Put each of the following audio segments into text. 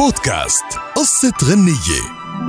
بودكاست قصة غنية.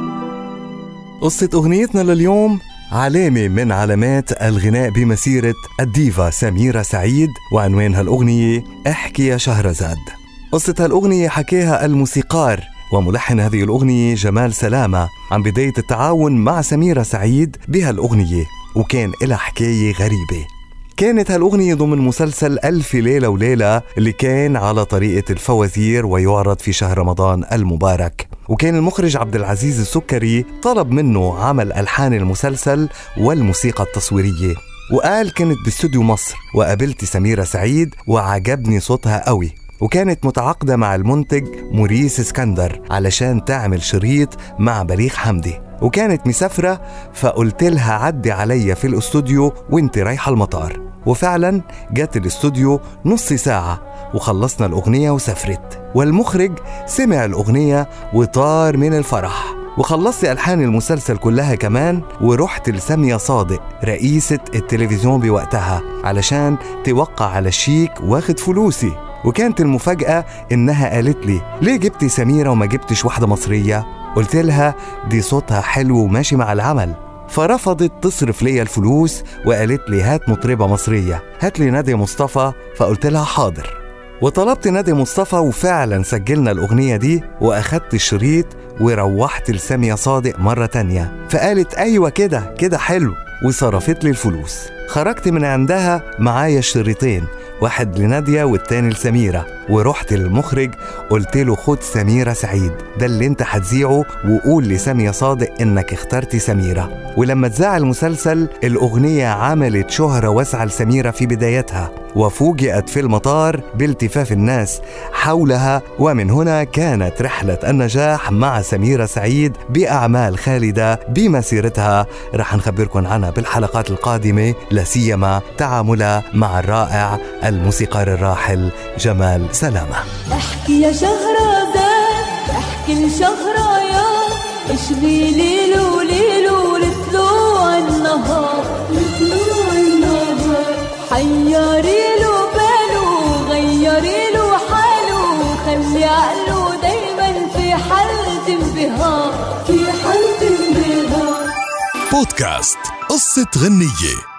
قصة أغنيتنا لليوم علامة من علامات الغناء بمسيرة الديفا سميرة سعيد، وعنوان هالأغنية احكي يا شهرزاد. قصة هالأغنية حكاها الموسيقار وملحن هذه الأغنية جمال سلامة عن بداية التعاون مع سميرة سعيد بهالأغنية، وكان إلها حكاية غريبة. كانت هالأغنية ضمن مسلسل ألف ليلة وليلة اللي كان على طريقة الفوازير ويعرض في شهر رمضان المبارك، وكان المخرج عبد العزيز السكري طلب منه عمل ألحان المسلسل والموسيقى التصويرية، وقال كنت باستوديو مصر وقابلت سميرة سعيد وعجبني صوتها قوي، وكانت متعاقدة مع المنتج موريس اسكندر علشان تعمل شريط مع بليغ حمدي، وكانت مسافرة، فقلت لها عدي عليا في الاستوديو وانت رايحة المطار. وفعلا جات الاستوديو نص ساعة وخلصنا الأغنية وسافرت، والمخرج سمع الأغنية وطار من الفرح، وخلصت ألحان المسلسل كلها كمان، ورحت لسامية صادق رئيسة التلفزيون بوقتها علشان توقع على الشيك واخد فلوسي. وكانت المفاجأة إنها قالت لي ليه جبتي سميرة وما جبتش واحدة مصرية؟ قلت لها دي صوتها حلو وماشي مع العمل. فرفضت تصرف لي الفلوس وقالت لي هات مطربة مصرية، هات لي نادية مصطفى. فقلت لها حاضر، وطلبت نادية مصطفى، وفعلا سجلنا الأغنية دي وأخدت الشريط وروحت لسامية صادق مرة تانية، فقالت أيوة كده حلو، وصرفت لي الفلوس. خرجت من عندها معايا الشريطين، واحد لنادية والتاني لسميرة، ورحت للمخرج قلت له خد سميرة سعيد، ده اللي انت هتذيعه، وقول لسامية صادق انك اخترتي سميرة. ولما تذاع المسلسل الأغنية عملت شهرة واسعة لسميرة في بدايتها، وفوجئت في المطار بالتفاف الناس حولها. ومن هنا كانت رحلة النجاح مع سميرة سعيد بأعمال خالدة بمسيرتها، رح نخبركم عنها بالحلقات القادمة، لاسيما تعاملها مع الرائع الموسيقار الراحل جمال سلامة. احكي يا شهرزاد احكي لشهريار، اشبي ليلو ليلو لطلوع النهار، حيري له باله غيري له حاله، خلي عقله دايما في حالة انبهار، في حالة انبهار. بودكاست قصة غنية.